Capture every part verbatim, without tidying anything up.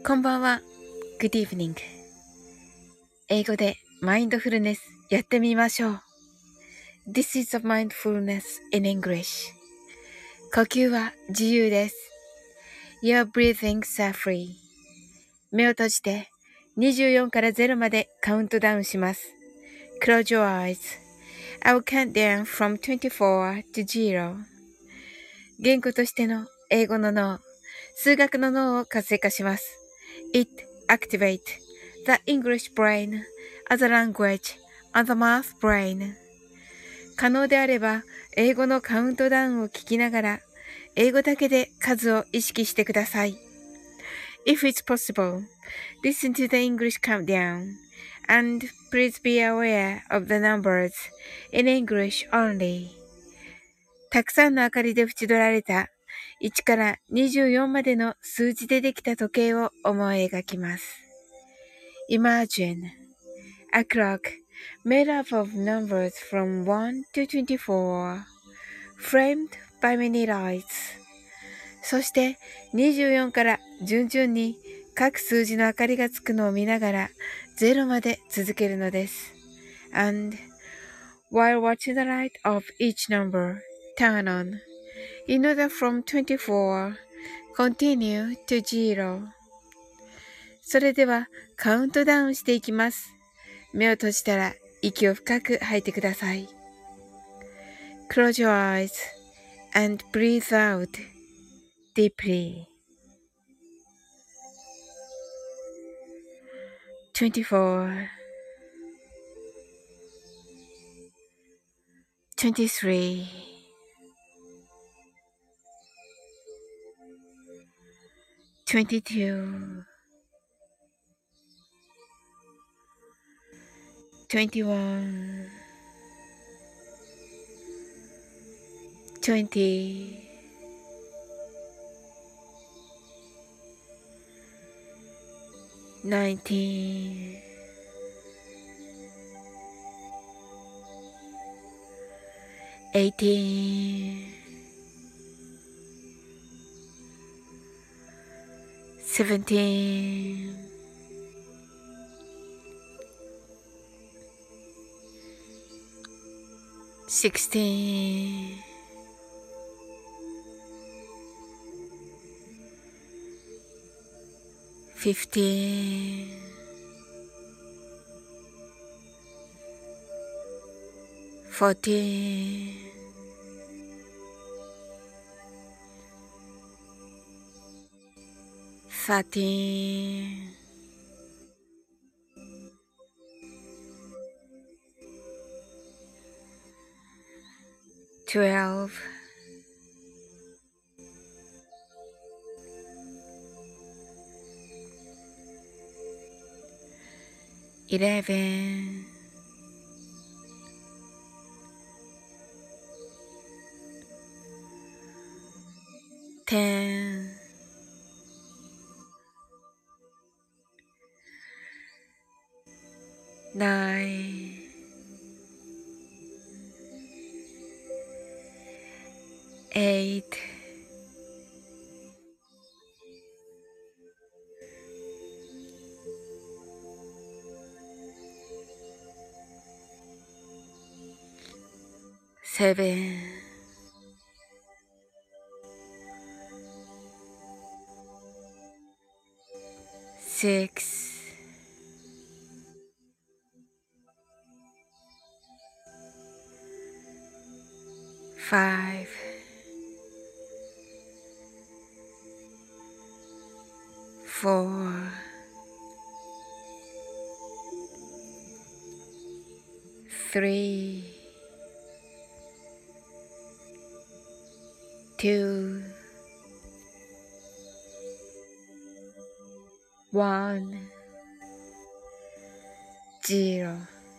こんばんは。Good evening. 英語でマインドフルネスやってみましょう。This is a mindfulness in English. 呼吸は自由です。Your breathings are free. 目を閉じてにじゅうよんからゼロまでカウントダウンします。Close your eyes. I will count down from twenty-four to zero. 言語としての英語の脳、数学の脳を活性化します。It activates the English brain as a language and the math brain. 可能であれば、英語のカウントダウンを聞きながら、英語だけで数を意識してください。If it's possible, listen to the English countdown and please be aware of the numbers in English only. たくさんの明かりで縁取られたいちからにじゅうよんまでの数字でできた時計を思い描きます。Imagine a clock made up of numbers from one to twenty-four, framed by many lights. そしてにじゅうよんから順々に各数字の明かりがつくのを見ながらゼロまで続けるのです。And while watching the light of each number turn on, in order from twenty-four, continue to zero. それではカウントダウンしていきます。目を閉じたら息を深く吐いてください。Close your eyes and breathe out deeply. twenty-four, twenty-three, twenty-two, twenty-one, twenty, nineteen, eighteen, seventeen, sixteen, fifteen, fourteen, thirteen, twelve, eleven, ten, nine, eight, seven, six, five, four, three, two, one, zero.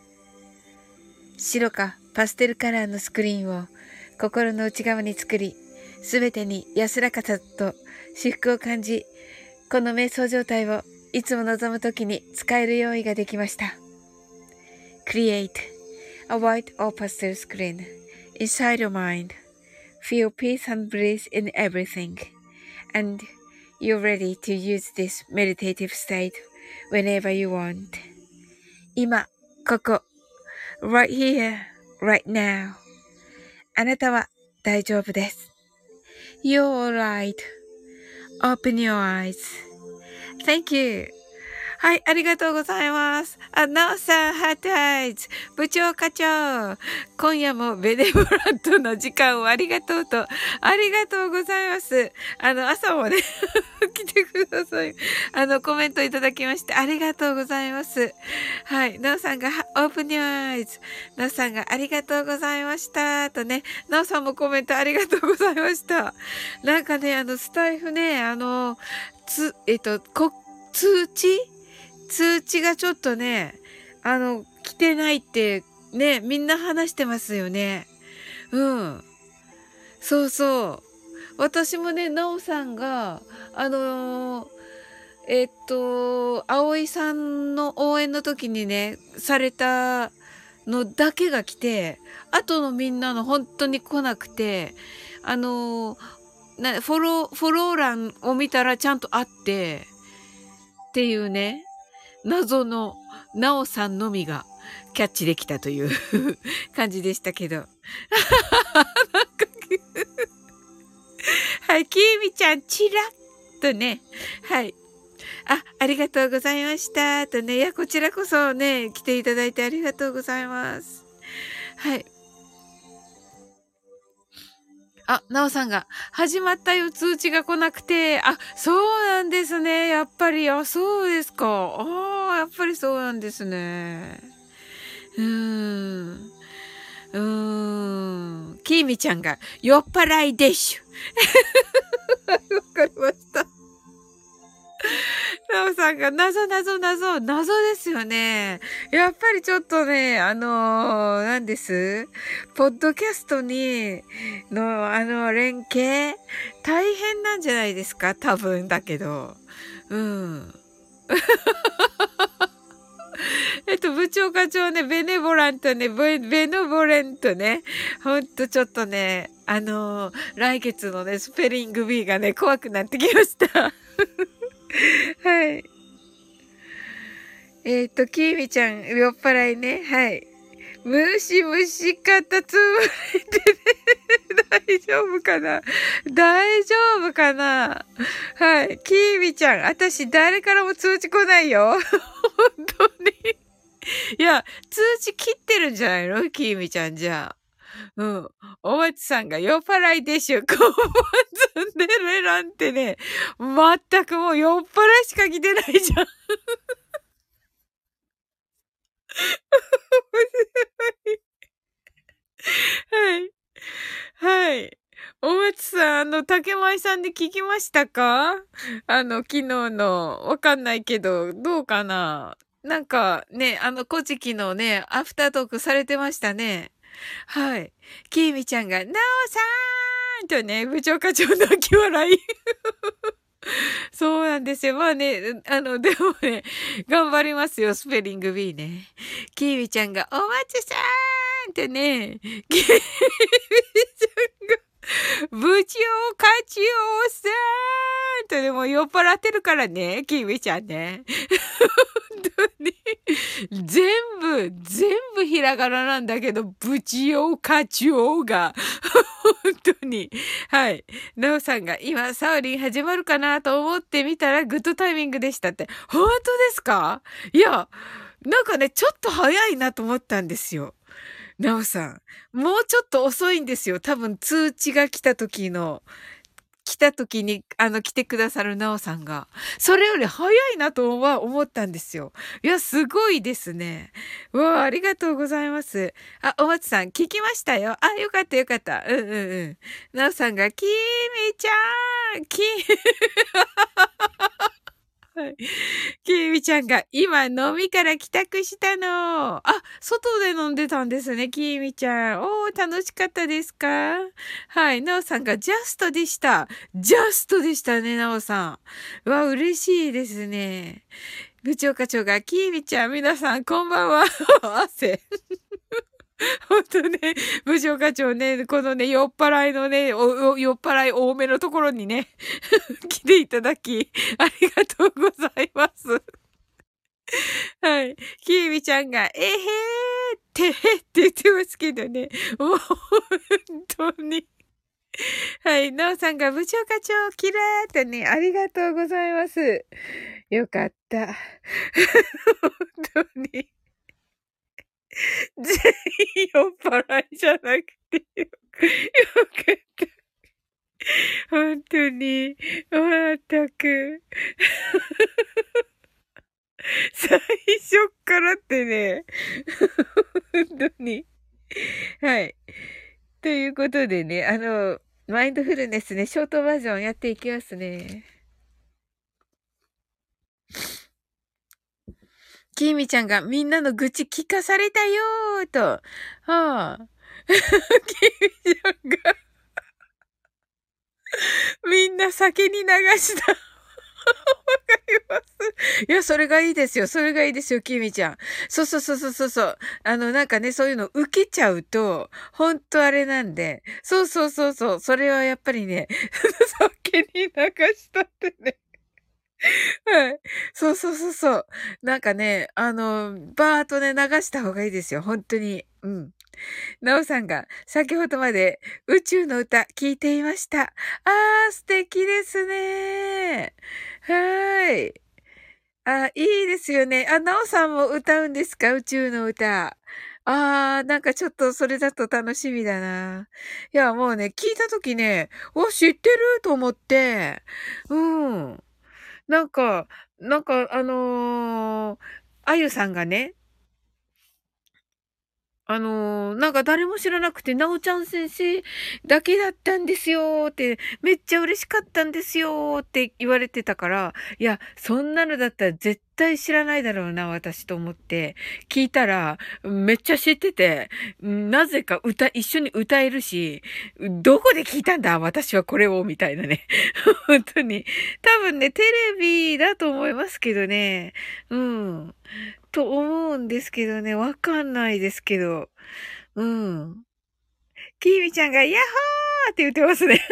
白かパステルカラーのスクリーンを心の内側に作り、すべてに安らかさと至福を感じ、この瞑想状態をいつも望むときに使える用意ができました。Create a white or pastel screen inside your mind. Feel peace and bliss in everything. And You're ready to use this meditative state whenever you want. 今、ここ、right here, right now. あなたは大丈夫です。You're alright.Open your eyes. Thank you. はい、ありがとうございます。あ、なおさん、ハートアイズ。部長課長。今夜もベネボラントな時間をありがとうと、ありがとうございます。あの、朝もね、来てください。あの、コメントいただきまして、ありがとうございます。はい、なおさんが、オープニューアイズ。なおさんが、ありがとうございました。とね、なおさんもコメントありがとうございました。なんかね、あの、スタイフね、あの、つ、えっと、こ、通知通知がちょっとね、あの、来てないって、ね、みんな話してますよね。うん。そうそう。私もね、なおさんが、あのー、えっと、葵さんの応援の時にね、されたのだけが来て、後のみんなの本当に来なくて、あのー、なフォロー、フォロー欄を見たらちゃんとあって、っていうね、謎のなおさんのみがキャッチできたという感じでしたけど。なんかはい、きみちゃん、チラッとね。はい。あ、ありがとうございました。とね。いや、こちらこそね、来ていただいてありがとうございます。はい。あ、なおさんが、始まったよ、通知が来なくて、あ、そうなんですね。やっぱり、あ、そうですか。ああ、やっぱりそうなんですね。うーん。うーん。きーみちゃんが、酔っ払いでしゅ。わかりました。なおさんが、謎謎謎、謎ですよね。やっぱりちょっとね、あのー、何ですポッドキャストに、の、あの、連携大変なんじゃないですか多分だけど。うん。えっと、部長課長ね、ベネボラントね、ベ、ベノボレントね。ほんとちょっとね、あのー、来月のね、スペリング B がね、怖くなってきました。はい。えっ、と、きーみちゃん、酔っ払いね。はい。むしむし方つぶれてね。大丈夫かな大丈夫かなはい。きーみちゃん、私誰からも通知来ないよ。本当に。いや、通知切ってるんじゃないのきーみちゃんじゃあ。うん。お松さんが酔っ払いでしょ。こう、ツンデレなんてね、全くもう酔っ払いしか来てないじゃん。はい。はい。お松さん、あの、竹舞さんで聞きましたかあの、昨日の、わかんないけど、どうかななんか、ね、あの、古事記のね、アフタートークされてましたね。はい。きーみちゃんが、なおさーんとね、部長課長の泣き笑い。そうなんですよ。まあね、あの、でもね、頑張りますよ、スペリング B ね。キーミちゃんが、おまつさーんってね、キーミちゃんが、部長課長さーんとでも酔っ払ってるからね、キーミちゃんね。本当に。全部、全部ひらがななんだけど、部長課長が、本当に。はい。なおさんが今、サウリン始まるかなと思ってみたらグッドタイミングでしたって。本当ですかいや、なんかね、ちょっと早いなと思ったんですよ。なおさん。もうちょっと遅いんですよ。多分通知が来た時の。来た時に、あの、来てくださるなおさんが。それより早いなとは思ったんですよ。いや、すごいですね。うわあ、ありがとうございます。あ、お松さん、聞きましたよ。あ、よかったよかった。うんうんうん。なおさんが、きーみちゃんきはい。きーみちゃんが、今飲みから帰宅したの。あ、外で飲んでたんですね、きーみちゃん。おー、楽しかったですかはい。なおさんが、ジャストでした。ジャストでしたね、なおさん。うわ、嬉しいですね。部長課長が、きーみちゃん、皆さん、こんばんは。汗。 ほんとね、部長課長ね、このね、酔っ払いのね、おお酔っ払い多めのところにね、来ていただき、ありがとうございます。はい。きーみちゃんが、えへーってへって言ってますけどね。もう、ほんとに。はい。なおさんが部長課長、キラーってね、ありがとうございます。よかった。本当に。全員酔っ払いじゃなくてよ、よかった。本当に。まったく。最初っからってね。本当に。はい。ということでね、あの、マインドフルネスね、ショートバージョンやっていきますね。きーみちゃんがみんなの愚痴聞かされたよーと。はあ。きーみちゃんがみんな酒に流した。わかります。いや、それがいいですよ。それがいいですよ、きみちゃん。そうそうそうそうそうそう。あの、なんかね、そういうの受けちゃうと、ほんとあれなんで。そうそうそうそう。それはやっぱりね、酒に流したってね。はい。そうそうそうそう。なんかね、あの、バーっとね、流した方がいいですよ。ほんとに。うん。なおさんが、先ほどまで宇宙の歌聞いていました。あー、素敵ですね。はーい。あ、いいですよね。あ、なおさんも歌うんですか？宇宙の歌。あー、なんかちょっとそれだと楽しみだな。いや、もうね、聞いたときね、お、知ってると思って、うん。なんか、なんか、あのーあゆさんがね、あの、なんか誰も知らなくて、なおちゃん先生だけだったんですよって、めっちゃ嬉しかったんですよって言われてたから、いや、そんなのだったら絶対知らないだろうな、私と思って、聞いたら、めっちゃ知ってて、なぜか歌、一緒に歌えるし、どこで聞いたんだ私はこれをみたいなね。本当に。多分ね、テレビだと思いますけどね。うん。と思うんですけどね、わかんないですけど。うん。きーみちゃんが、ヤッホーって言ってますね。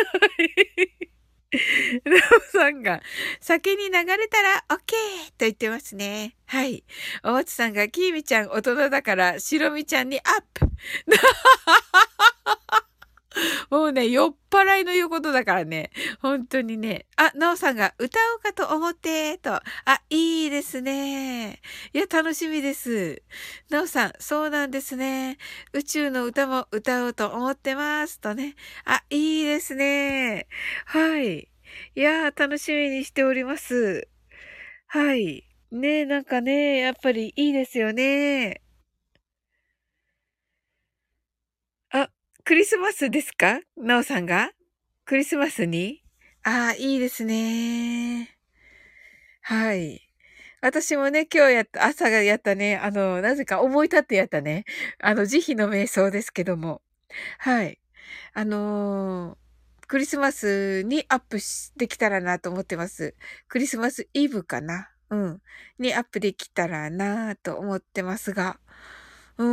なおさんが、酒に流れたらオッケーと言ってますね。はい。おもつさんが、きーみちゃん大人だから、しろみちゃんにアップ。もうね、酔っ払いの言うことだからね。本当にね。あ、なおさんが歌おうかと思って、と。あ、いいですね。いや、楽しみです。なおさん、そうなんですね。宇宙の歌も歌おうと思ってます。とね。あ、いいですね。はい。いやー、楽しみにしております。はい。ね、なんかね、やっぱりいいですよね。あ、クリスマスですか？なおさんがクリスマスにああ、いいですね。はい。私もね、今日やった、朝がやったね、あの、なぜか思い立ってやったね、あの、慈悲の瞑想ですけども。はい。あのークリスマスにアップしできたらなと思ってます。クリスマスイブかなうん。にアップできたらなと思ってますが。うん。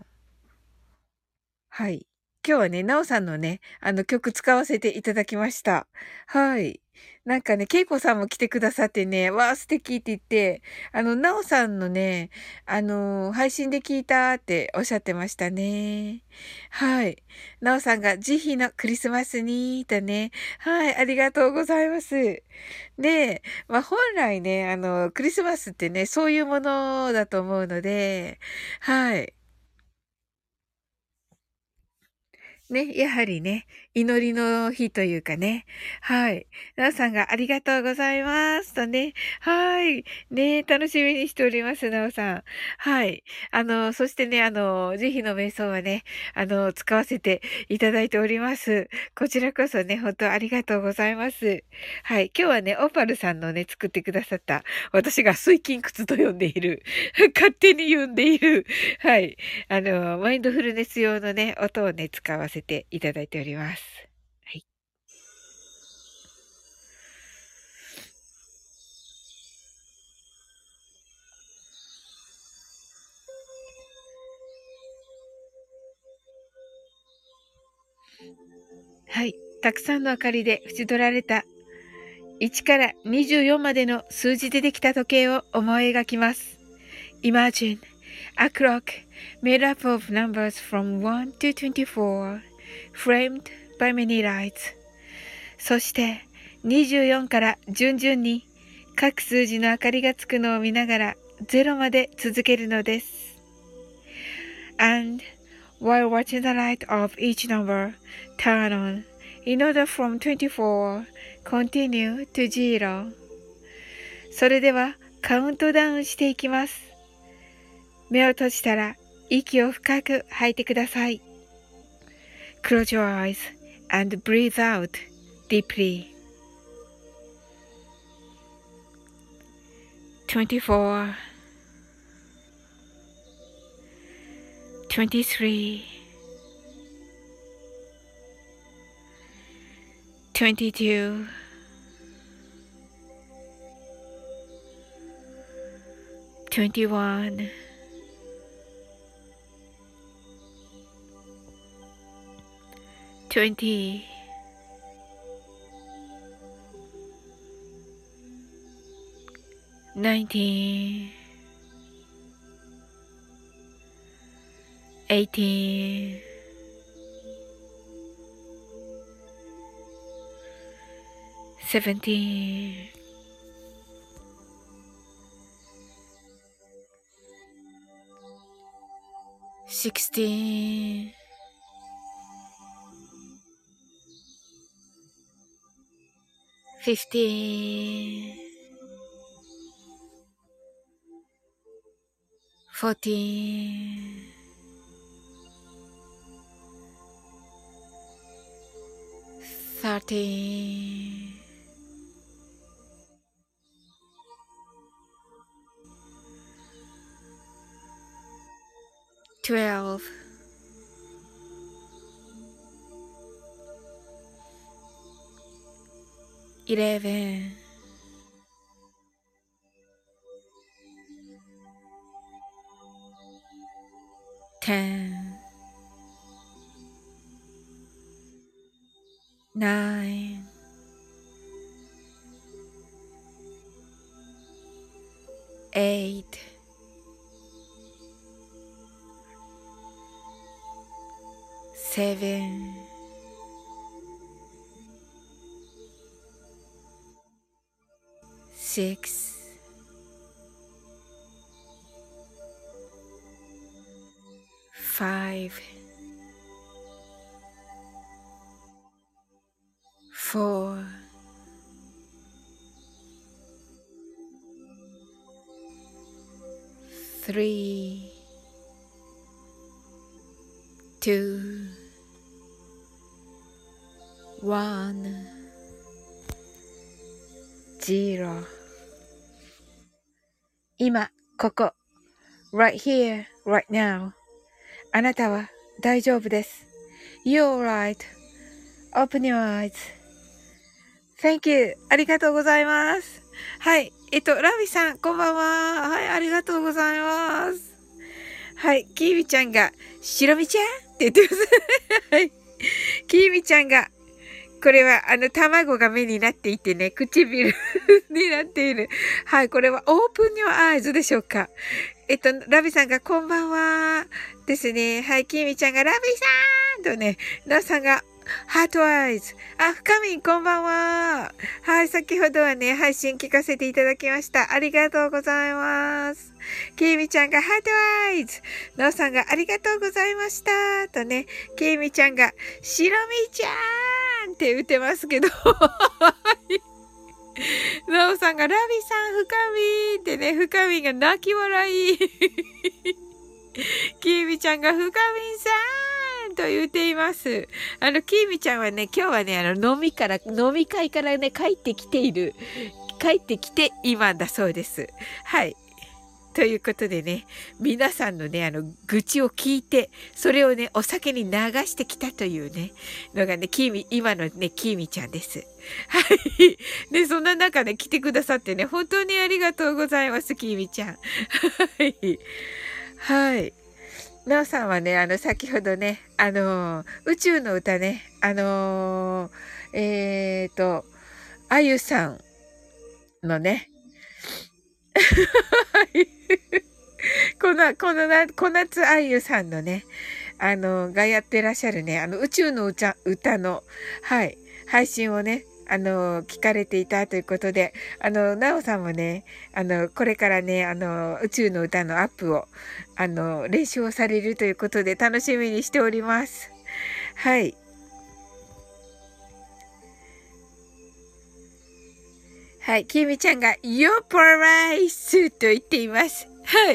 はい。今日はね、なおさんのね、あの曲使わせていただきました。はい。なんかね、けいこさんも来てくださってね、わあ、素敵って言って、あの、なおさんのね、あの、配信で聞いたっておっしゃってましたね。はい。なおさんが慈悲のクリスマスにとね、はい、ありがとうございます。で、まあ、本来ね、あの、クリスマスってね、そういうものだと思うので、はい。ね、やはりね、祈りの日というかね。はい。なおさんがありがとうございますとね。はい。ね、楽しみにしております、なおさん。はい。あの、そしてね、あの、慈悲の瞑想はね、あの、使わせていただいております。こちらこそね、本当ありがとうございます。はい。今日はね、オパルさんのね、作ってくださった、私が水筋窟と呼んでいる、勝手に呼んでいる、はい。あの、マインドフルネス用のね、音をね、使わせていただいております。はい。 たくさんの明かりで縁取られたいちからにじゅうよんまでの数字でできた時計を思い描きます。Imagine a clock made up of numbers from one to twenty-four, framed by many lights. そしてにじゅうよんから順々に各数字の明かりがつくのを見ながらゼロまで続けるのです。And while watching the light of each number turn on, in order from twenty-four, continue to zero. それではカウントダウンしていきます。目を閉じたら息を深く吐いてください。Close your eyes and breathe out deeply. twenty-four, twenty-three, twenty-two, twenty-one, twenty, nineteen, eighteen, seventeen, sixteen, fifteen, fourteen, thirteen, twelve, eleven, ten, nine, eight, seven, six, five, four, three, two, one, zero. 今、ここ。right here, right now. あなたは大丈夫です。You're right.Open your eyes.Thank you. ありがとうございます。はい。えっと、ラビさん、こんばんは。はい、ありがとうございます。はい。キーミちゃんが、しろみちゃんって言ってます。はい。キーミちゃんが、これは、あの、卵が目になっていてね、唇になっている。はい。これは、オープン your eyes でしょうか。えっと、ラビさんが、こんばんは。ですね。はい。キーミちゃんが、ラビさんとね、ナさんが、ハートアイズ。あ、深みん、こんばんは。はい、先ほどはね、配信聞かせていただきました。ありがとうございます。きーみちゃんがハートアイズ。のうさんがありがとうございました。とね、きーみちゃんが、しろみちゃーんって言ってますけど。のうさんが、ラビさん、深みってね、深みが泣き笑い。きーみちゃんが、深みさんと言っています。あの、きーみちゃんはね、今日はね、あの、飲みから、飲み会からね、帰ってきている。帰ってきて今だそうです。はい。ということでね、皆さんのね、あの、愚痴を聞いて、それをね、お酒に流してきたというね、のがね、キーミ、今のね、キーミちゃんです。はい。で、そんな中ね、来てくださってね、本当にありがとうございます、キーミちゃん。はい。はい。なおさんはね、あの、先ほどね、あのー、宇宙の歌ね、あのー、 えーと、あゆさんのね、この、このな、小夏あゆさんのね、あの、がやってらっしゃるね、あの、宇宙の歌、歌の、はい、配信をね、あの、聞かれていたということで、あの、なおさんもね、あの、これからね、あの、宇宙の歌のアップを、あの、練習をされるということで、楽しみにしております。はい。はい。きみちゃんが、Your Paradise と言っています。はい。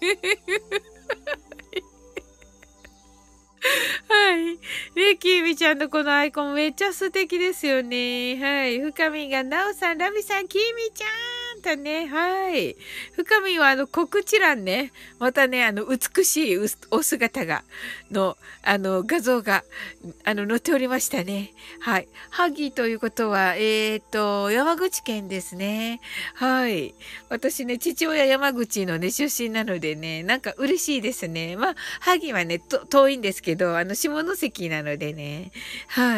はい。ね、きみちゃんのこのアイコンめっちゃ素敵ですよね。はい。深みが、なおさん、ラビさん、きみちゃんとね、はい。深みはあの告知欄ね、またね、あの美しいお姿が、の、あの画像が、あの載っておりましたね。はい。萩ということは、えっと、山口県ですね。はい。私ね、父親山口のね、出身なのでね、なんか嬉しいですね。まあ、萩はね、と遠いんですけど、あの、下関なのでね。はい。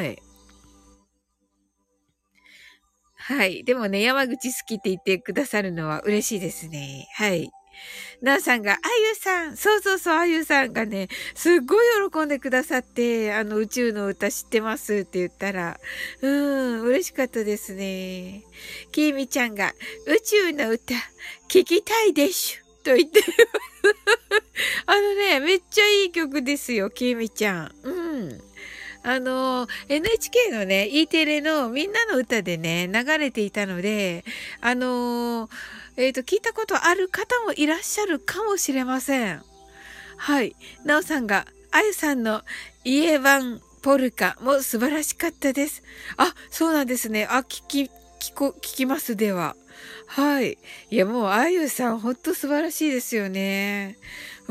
はい。でもね、山口好きって言ってくださるのは嬉しいですね。はい。なおさんが、あゆさん、そうそうそう、あゆさんがね、すっごい喜んでくださって、あの、宇宙の歌知ってますって言ったら、うん、嬉しかったですね。きみちゃんが、宇宙の歌、聞きたいでしゅ。と言ってあのね、めっちゃいい曲ですよ、きみちゃん。うん。あの、エヌエイチケー のね、E テレのみんなの歌でね、流れていたので、あの、えっと、聞いたことある方もいらっしゃるかもしれません。はい。なおさんが、あゆさんの家版ポルカも素晴らしかったです。あ、そうなんですね。あ、聞き、聞こ、聞きますでは。はい。いや、もう、あゆさん、ほんと素晴らしいですよね。うん。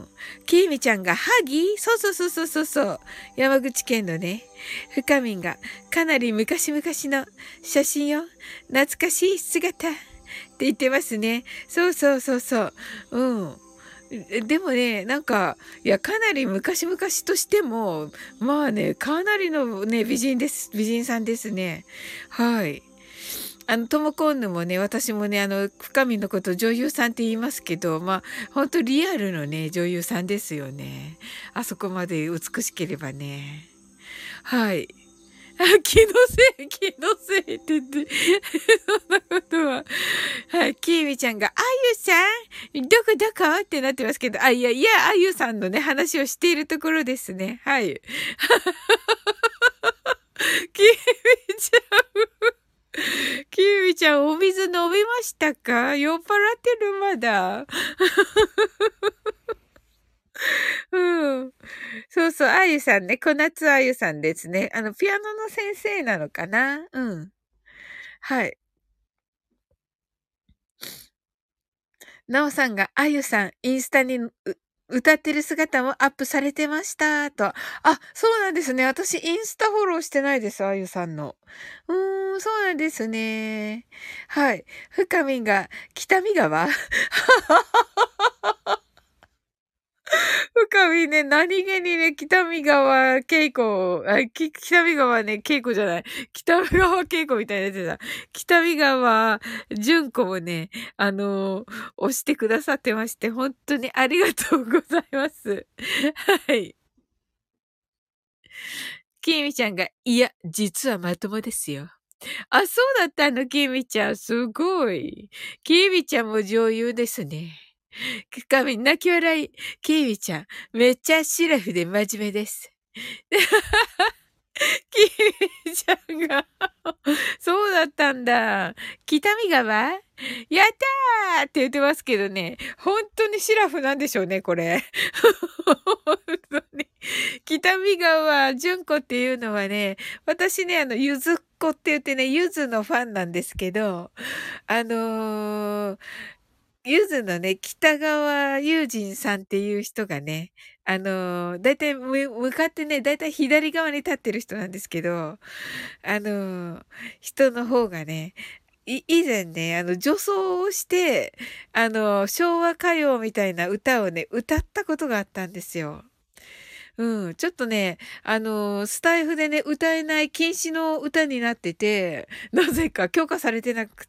きみちゃんが、ハギそうそうそうそうそうそう。山口県のね、深みんが、かなり昔々の写真よ。懐かしい姿。って言ってますね。そうそうそうそう。うん。でもね、なんか、いや、かなり昔々としても、まあね、かなりのね、美人です。美人さんですね。はい。あの、ともこんぬもね、私もね、あの、深みのこと女優さんって言いますけど、まあ、ほんとリアルのね、女優さんですよね。あそこまで美しければね。はい。あ、気のせい、気のせいって言って、そんなことは。はい、きーみちゃんが、あゆさんどこどこってなってますけど、あ、いやいや、あゆさんのね、話をしているところですね。はい。きーみちゃん。きーみちゃん、お水飲みましたか？酔っ払ってるまだ。うん。そうそう、あゆさんね、小夏あゆさんですね。あの、ピアノの先生なのかな？うん。はい。なおさんが、あゆさん、インスタにう歌ってる姿もアップされてました、と。あ、そうなんですね。私、インスタフォローしてないです、あゆさんの。うーん、そうなんですね。はい。深みが、北見川深みね、何気にね、北見川稽古、あ、き北見川ね、稽古じゃない。北見川稽古みたいなやつだ。北見川純子もね、あのー押してくださってまして、本当にありがとうございます。はい。きみちゃんが、いや、実はまともですよ。あ、そうだったの、きみちゃん。すごい。きみちゃんも女優ですね。かみ、泣き笑い。きみちゃん、めっちゃシラフで真面目です。きみちゃんがそうだったんだ。北見川やったーって言ってますけどね。本当にシラフなんでしょうね、これ。本当に。北見川純子っていうのはね、私ね、あの、ゆずっ子って言ってね、ゆずのファンなんですけど、あのーゆずのね、北川悠仁さんっていう人がね、あの、だいたいむ向かってね、だいたい左側に立ってる人なんですけど、あの、人の方がね、い以前ね、あの、女装をして、あの、昭和歌謡みたいな歌をね、歌ったことがあったんですよ。 うん、ちょっとね、あの、スタイフでね、歌えない禁止の歌になってて、なぜか許可されてなくって、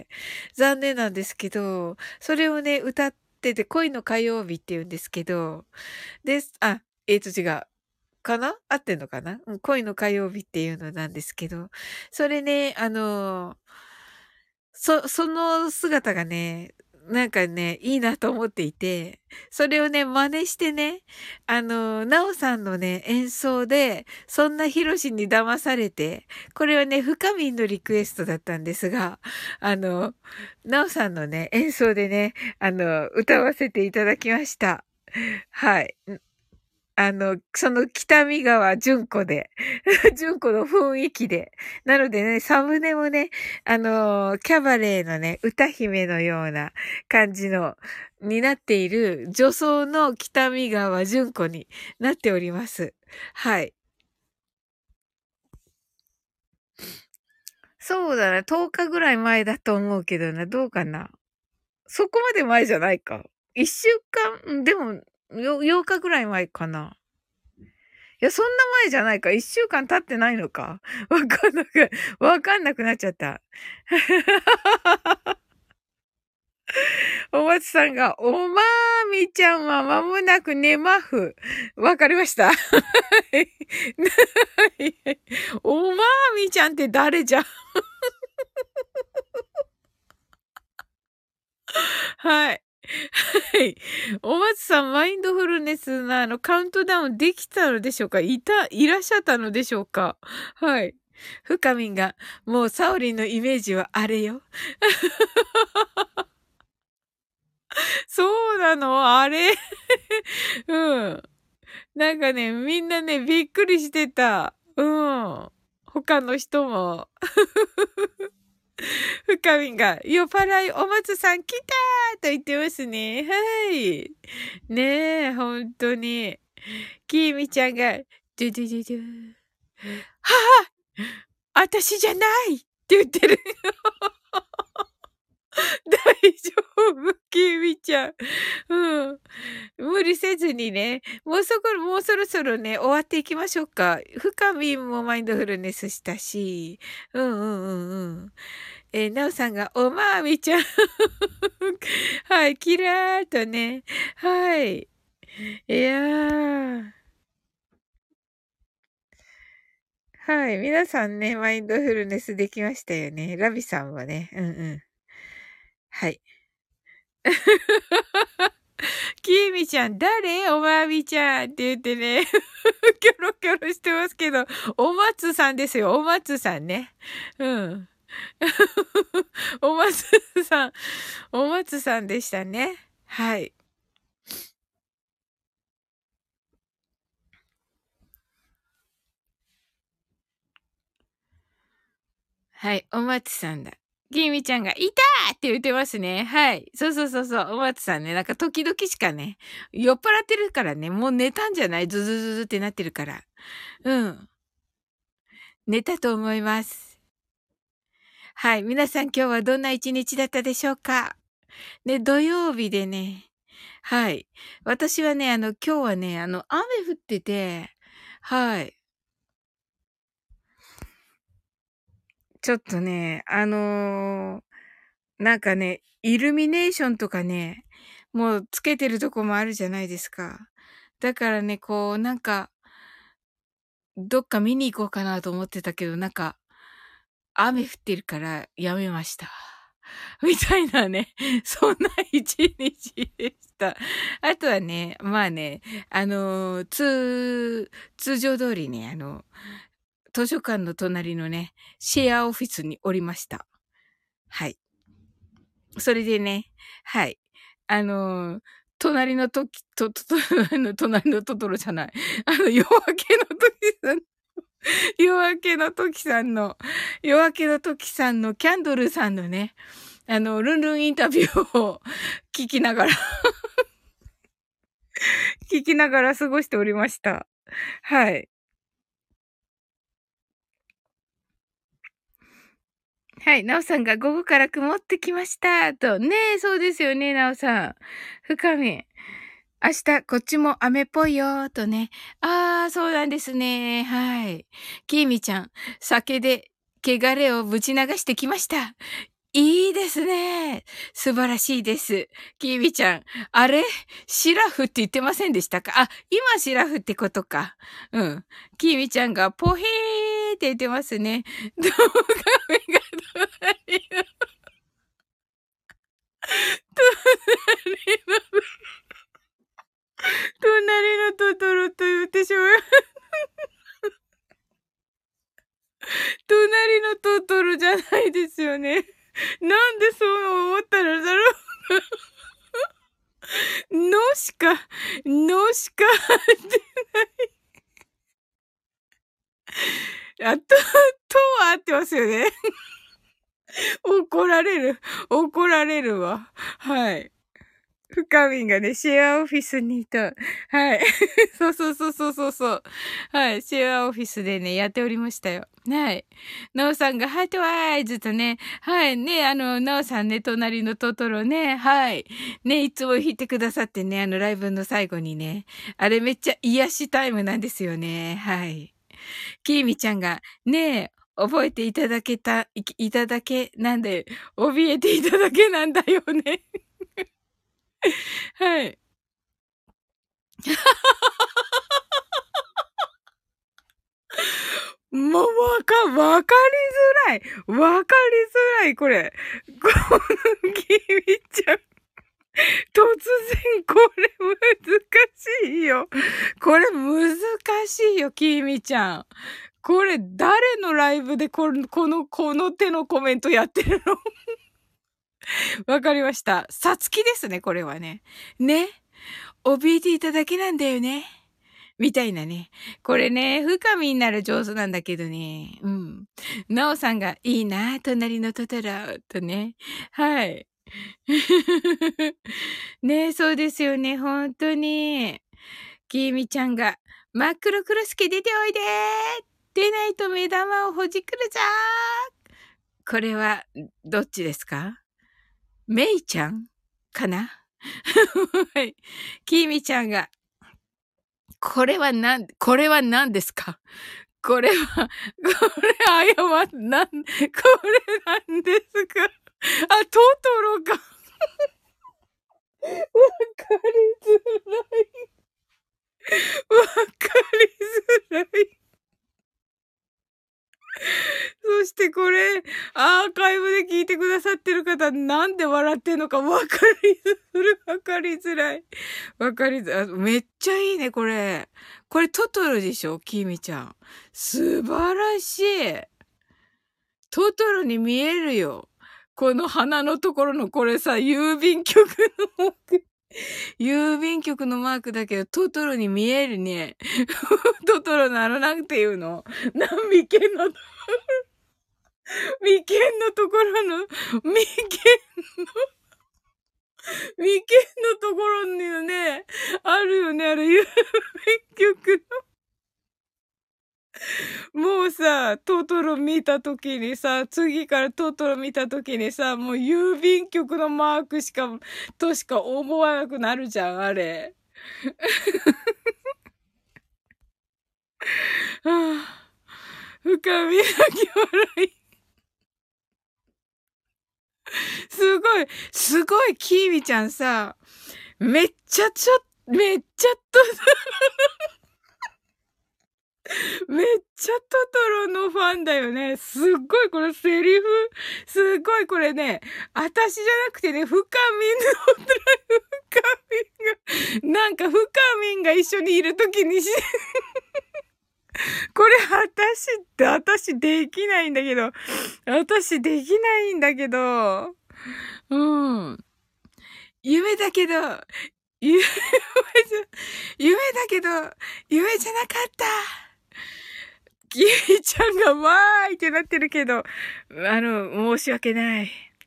残念なんですけど、それをね、歌ってて、恋の火曜日って言うんですけど、です。あ、えっと違う。かな合ってんのかなうん、恋の火曜日っていうのなんですけど、それね、あの、そ、その姿がね、なんかね、いいなと思っていて、それをね、真似してね、あの、なおさんのね、演奏で、そんなヒロシに騙されて、これはね、深みんのリクエストだったんですが、あの、なおさんのね、演奏でね、あの、歌わせていただきました。はい。あの、その北見川純子で、純子の雰囲気で。なのでね、サムネもね、あの、キャバレーのね、歌姫のような感じの、になっている女装の北見川純子になっております。はい。そうだな、とおかぐらい前だと思うけどな、どうかな。そこまで前じゃないか。いっしゅうかん、でも、よようかぐらい前かな。いや、そんな前じゃないか。一週間経ってないのか。わかんなく、わかんなくなっちゃった。お松さんが、おまーみちゃんは間もなく寝まふ。わかりました。おまーみちゃんって誰じゃ。はい。はい。お松さん、マインドフルネスのあの、カウントダウンできたのでしょうか？いた、いらっしゃったのでしょうか？はい。深みんが、もうサオリンのイメージはあれよ。そうなのあれうん。なんかね、みんなね、びっくりしてた。うん。他の人も。深みが、酔っ払いお松さん来たーと言ってますね。はい。ねえ、ほんとに。きーみちゃんが、ドゥドゥドゥドゥ。はあ、私じゃないって言ってる。大丈夫、きーみちゃん。うん。無理せずにね、もうそこ、もうそろそろね、終わっていきましょうか。深みもマインドフルネスしたし、うんうんうんうん。えーなおさんが、おまーみちゃん。はい、キラーっとね。はい。いやー。はい。皆さんね、マインドフルネスできましたよね。ラビさんはね。うんうん。はい。きーみちゃん、誰おまみちゃんって言ってね、キョロキョロしてますけど、お松さんですよ、お松さんね。うん。お松さん、お松さんでしたね。はい。はい、お松さんだ。きーみちゃんが、いたーって言ってますね。はい。そうそうそうそう、お松さんね。なんか時々しかね、酔っ払ってるからね、もう寝たんじゃないズズズズってなってるから。うん。寝たと思います。はい。皆さん今日はどんな一日だったでしょうか？ね、土曜日でね。はい。私はね、あの、今日はね、あの、雨降ってて、はい。ちょっとね、あの、なんかね、イルミネーションとかね、もうつけてるとこもあるじゃないですか。だからね、こう、なんか、どっか見に行こうかなと思ってたけど、なんか、雨降ってるからやめました。みたいなね、そんな一日でした。あとはね、まあね、あの、通、通常通りね、あの、図書館の隣のね、シェアオフィスにおりました。はい。それでね、はい。あの、隣のとき、と、と、と、あの、隣のトトロじゃない。あの、夜明けの時さん、夜明けの時さんの、夜明けの時さんのキャンドルさんのね、あの、ルンルンインタビューを聞きながら、聞きながら過ごしておりました。はい。はい。なおさんが午後から曇ってきました。と。ねえ、そうですよね、なおさん。深み。 明日、こっちも雨っぽいよーとね。ああ、そうなんですね。はい。きーみちゃん、酒で汚れをぶち流してきました。いいですね。素晴らしいです。きーみちゃん、あれシラフって言ってませんでしたか？あ、今シラフってことか。うん。きーみちゃんがポヘーって言ってますね。動画目が隣の、隣の、隣のトトロと言ってしまう。隣のトトロじゃないですよね。なんでそう思ったのだろう。のしか、のしかってない。あ、と、とは合ってますよね。怒られる。怒られるわ。はい。深みんがね、シェアオフィスにいた。はい。そうそうそうそうそうそう。はい。シェアオフィスでね、やっておりましたよ。はい。なおさんがハートワイズとね、はい。ね、あの、なおさんね、隣のトトロね、はい。ね、いつも弾いてくださってね、あの、ライブの最後にね、あれめっちゃ癒しタイムなんですよね。はい。きーみちゃんが、ねえ、覚えていただけた、いいただけなんで、怯えていただけなんだよね。はい。もう、わか、わかりづらい。わかりづらい、これ。このきみちゃん。突然、これ難しいよ。これ難しいよ、きみちゃん。これ、誰のライブでこの、この、この手のコメントやってるの？わかりました。さつきですね、これはね。ね。怯えていただけなんだよね。みたいなね。これね、深みになる上手なんだけどね。うん。なおさんがいいな、隣のトトロ、とね。はい。ね、そうですよね、ほんとに。きーみちゃんが、真っ黒クロスケ出ておいでー出ないと目玉をほじくるぞーこれは、どっちですか？めいちゃんかな？はい。きーみちゃんが、これはなん、これは何ですか？これは、これ、あやま、なん、これなんですか？あ、トトロか。わかりづらい。わかりづらい。そしてこれ、アーカイブで聞いてくださってる方、なんで笑ってんのかわかりづらい。わかりづらい。わかりづらい。めっちゃいいね、これ。これトトロでしょきみちゃん。素晴らしい。トトロに見えるよ。この鼻のところのこれさ、郵便局のマーク。郵便局のマークだけど、トトロに見えるね。トトロのあの、なんていうの？何眉間の、眉間のところの、眉間の、眉間のところにね、あるよね、あれ、郵便局の。もうさ、トトロ見たときにさ、次からトトロ見たときにさ、もう郵便局のマークしか、としか思わなくなるじゃん、あれ。はぁ、深みなき笑い。すごい、すごい、キーミちゃんさ、めっちゃちょ、めっちゃと、めっちゃトトロのファンだよね。すっごい、これセリフ、すっごいこれね、私じゃなくてね、深みの、深みが、なんか深みが一緒にいるときにし、これ私って、私できないんだけど、私できないんだけど、うん。夢だけど、夢じゃ、夢だけど、夢じゃなかった。キミちゃんがわーいってなってるけど、あの、申し訳ない。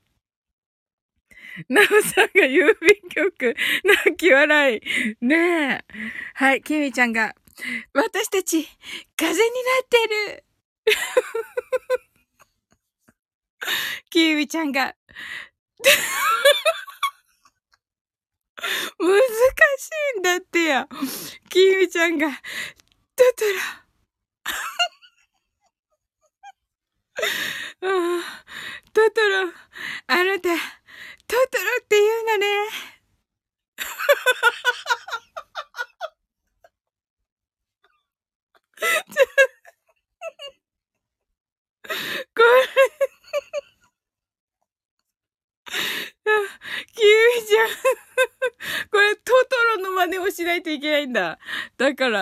ナオさんが郵便局、泣き笑い。ねえ。はい、キミちゃんが、私たち、風になってる。キミちゃんが、 難しいんだってよ。きみちゃんが、トトロ、うん、トトロ、あなた、トトロって言うのね。これ、キミちゃん、これトトロの真似をしないといけないんだ。だから、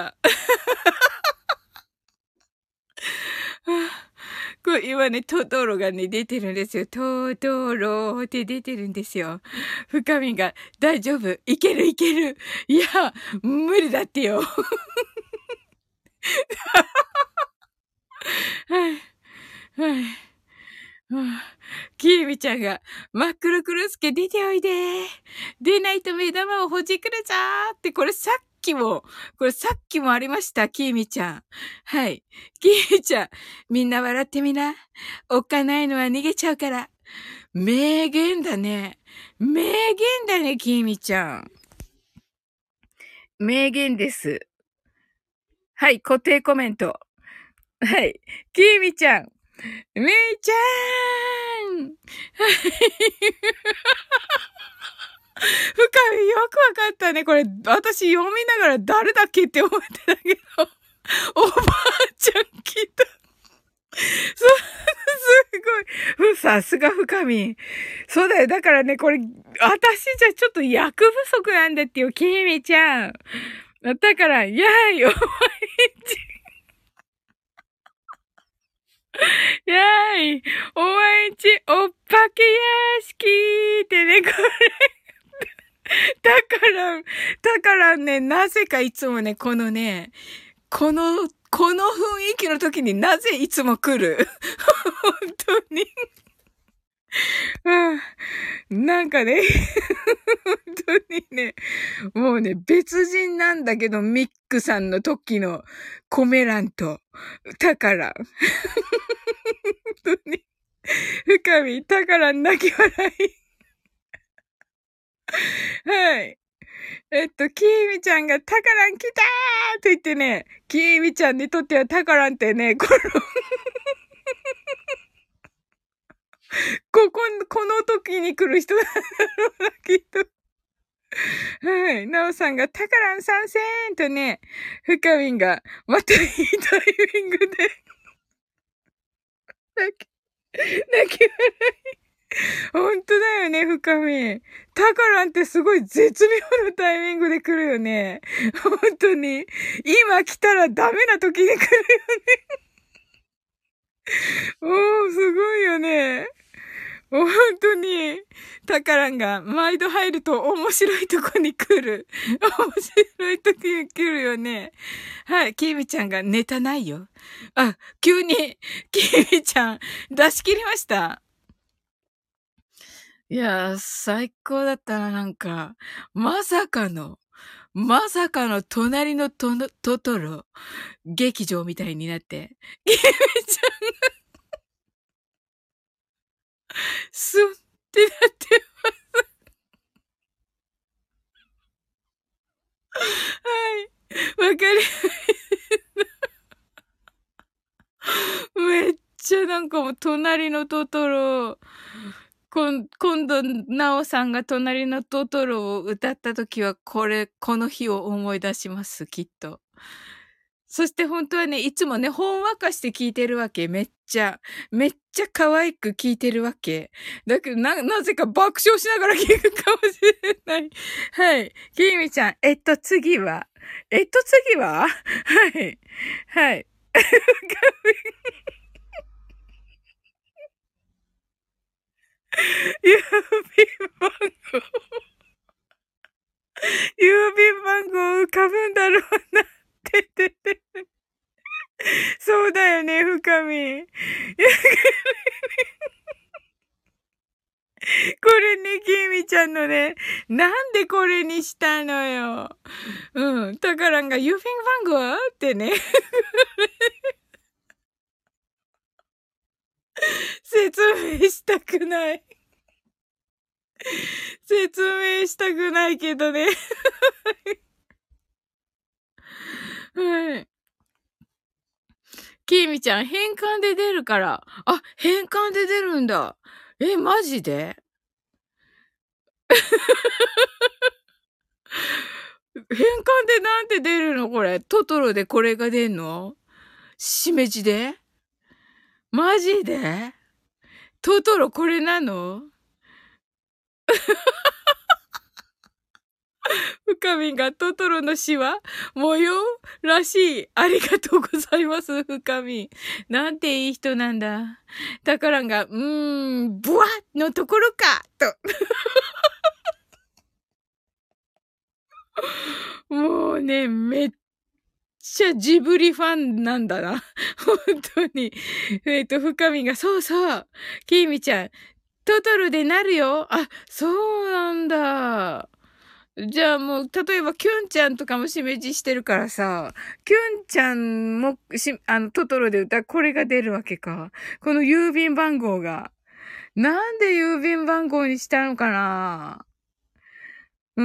これ今ね、トトロがね、出てるんですよ。トトロって出てるんですよ。深みが、大丈夫。いけるいける。いや、無理だってよ。はい。はい。はあキーミちゃんが、真っ黒クロスケ出ておいで。出ないと目玉をほじくるぞーって、これさっきも、これさっきもありました、キーミちゃん。はい。キーミちゃん、みんな笑ってみな。おっかないのは逃げちゃうから。名言だね。名言だね、キーミちゃん。名言です。はい、固定コメント。はい。キーミちゃん。めいちゃーん。はい。深みよくわかったね。これ、私読みながら誰だっけって思ってたけど、おばあちゃん聞いた。す、すごい。さすが深み。そうだよ。だからね、これ、私じゃちょっと役不足なんだってよ、きみちゃん。だから、やーい、お前んち。やーい、お前んち、おっぱけ屋敷ってね、これ。だから、だからね、なぜかいつもね、このね、この、この雰囲気の時になぜいつも来る本当に。うん、なんかね、本当にね、もうね、別人なんだけど、ミックさんの時のコメ欄と、タカラン。本当に。深み、タカラン泣き笑い。はい。えっと、キーミちゃんがタカラン来たーって言ってね、キーミちゃんにとってはタカランってね、この、ここ、この時に来る人なんだろうな、きっと。はい。ナオさんがタカラン参戦とね、フカミンが、またいいタイミングで、泣き、泣き笑い。ほんとだよね、深み。タカランってすごい絶妙なタイミングで来るよね。本当に。今来たらダメな時に来るよね。おー、すごいよね。本当に。タカランが毎度入ると面白いとこに来る。面白い時に来るよね。はい、キミちゃんがネタないよ。あ、急に、キミちゃん出し切りました。いやー、最高だったな、なんか。まさかの、まさかの隣のトノトトロ、劇場みたいになって。キミちゃん、スンってなって、はい。わかり、めっちゃなんかもう隣のトトロ、こん今度、ナオさんが隣のトトロを歌った時は、これ、この日を思い出します、きっと。そして本当はね、いつもね、ほんわかして聞いてるわけ。めっちゃ。めっちゃ可愛く聞いてるわけ。だけど、な、なぜか爆笑しながら聞くかもしれない。はい。きみちゃん、えっと次はえっと次ははい。はい。郵便番号。郵便番号浮かぶんだろうなっててて。そうだよね、深み。これね、きみちゃんのね、なんでこれにしたのよ。うん。タカランが郵便番号ってね、説明したくない。 説明したくないけどね。はい。きみちゃん、変換で出るから。あ、変換で出るんだ。え、マジで変換でなんて出るのこれ。トトロでこれが出んの？しめじで？マジで？トトロこれなの？深みがトトロの詩は模様らしい。ありがとうございます、深み。なんていい人なんだ。タカランが、うーん、ブワッのところかと。もうね、めっちゃジブリファンなんだな。本当に。えっと、深みが、そうそう。キーミちゃん、トトロでなるよ。あ、そうなんだ。じゃあもう、例えば、キュンちゃんとかもしめじしてるからさ、キュンちゃんも、し、あの、トトロで歌う、これが出るわけか。この郵便番号が。なんで郵便番号にしたのかな？うん。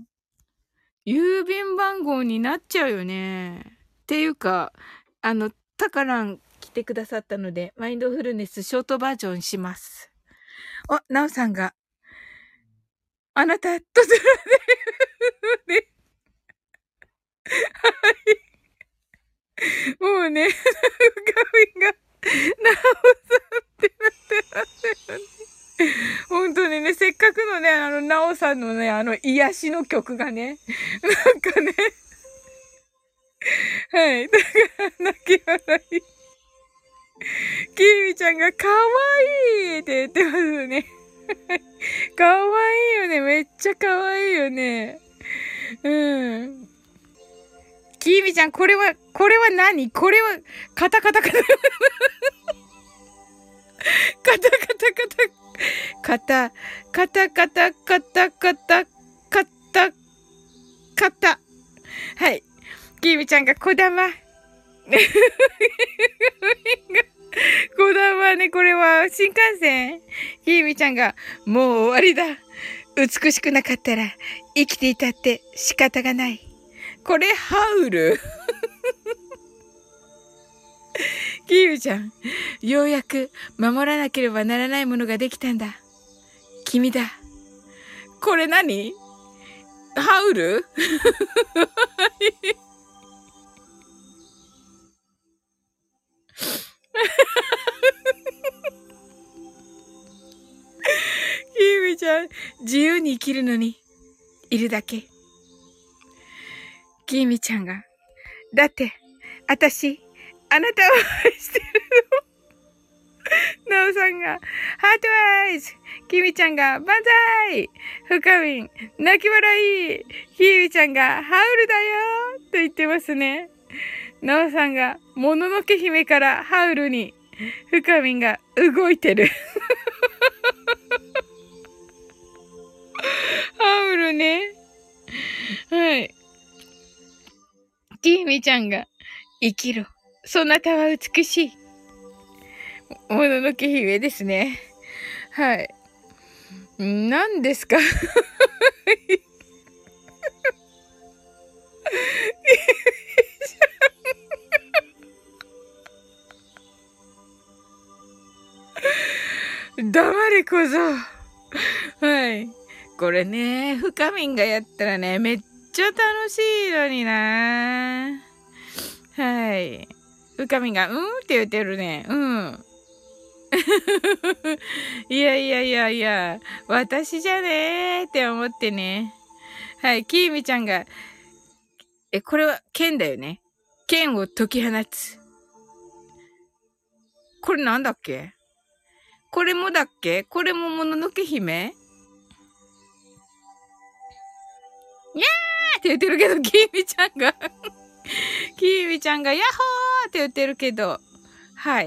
郵便番号になっちゃうよね。っていうか、あの、タカラン来てくださったので、マインドフルネスショートバージョンします。お、ナオさんが、あなた、トトロで、ね、もうね、画面が、ナオさんってなってますよね。本当にね、せっかくのね、あの、ナオさんのね、あの、癒しの曲がね、なんかね、はい。だから、泣き笑い。キーミちゃんが可愛いって言ってますね。可愛いよね。めっちゃ可愛いよね。うん。キーミちゃん、これは、これは何？これは、カタカタカタ。カタカタカタ。カタ、カタカタカタカタ、カタ、カタ。はい。キーミちゃんが小玉。小玉ね、これは新幹線。キーミちゃんが、もう終わりだ。美しくなかったら、生きていたって仕方がない。これ、ハウル。キーミちゃん、ようやく守らなければならないものができたんだ。君だ。これ何？ハウル？キーミちゃん、自由に生きるのに、いるだけ。キーミちゃんが、だって、あたし、あなたを愛してるの。ナオさんが、ハートアイズ。キミちゃんが、バンザイ。深みん、泣き笑い。キーミちゃんが、ハウルだよと言ってますね。ナオさんが、もののけ姫からハウルに。深みんが、動いてる。ハウルね。はい。キーミちゃんが、生きろ。そなたは美しい。もののけ姫ですね。はい。何ですか？黙れ小僧。はい。これね、深みんがやったらね、めっちゃ楽しいのにな。はい。深みんが、うんって言ってるね。うん。いやいやいやいや、私じゃねーって思ってね。はい、きーみちゃんが、え、これは剣だよね。剣を解き放つ。これなんだっけ？これもだっけ？これももののけ姫？にゃーって言ってるけど、きーみちゃんがきーみちゃんがヤッホーって言ってるけど、はい。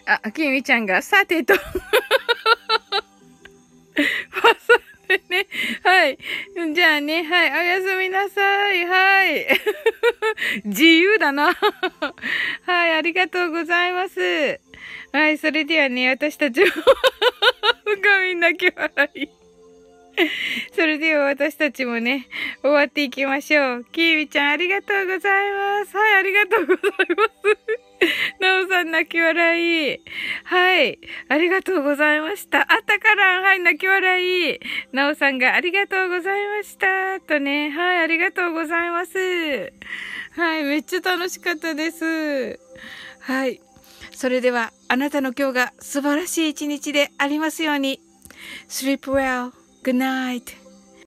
あ、きみちゃんが、さてと。ファサでね。はい。じゃあね、はい。おやすみなさい。はい。自由だな。はい。ありがとうございます。はい。それではね、私たちも深み泣き笑い。それでは私たちもね、終わっていきましょう。きーみちゃんありがとうございます。はい、ありがとうございます。なおさん泣き笑い。はい、ありがとうございました。あったからん、はい、泣き笑い。なおさんがありがとうございました。とね、はい、ありがとうございます。はい、めっちゃ楽しかったです。はい。それでは、あなたの今日が素晴らしい一日でありますように。Sleep well. Good night.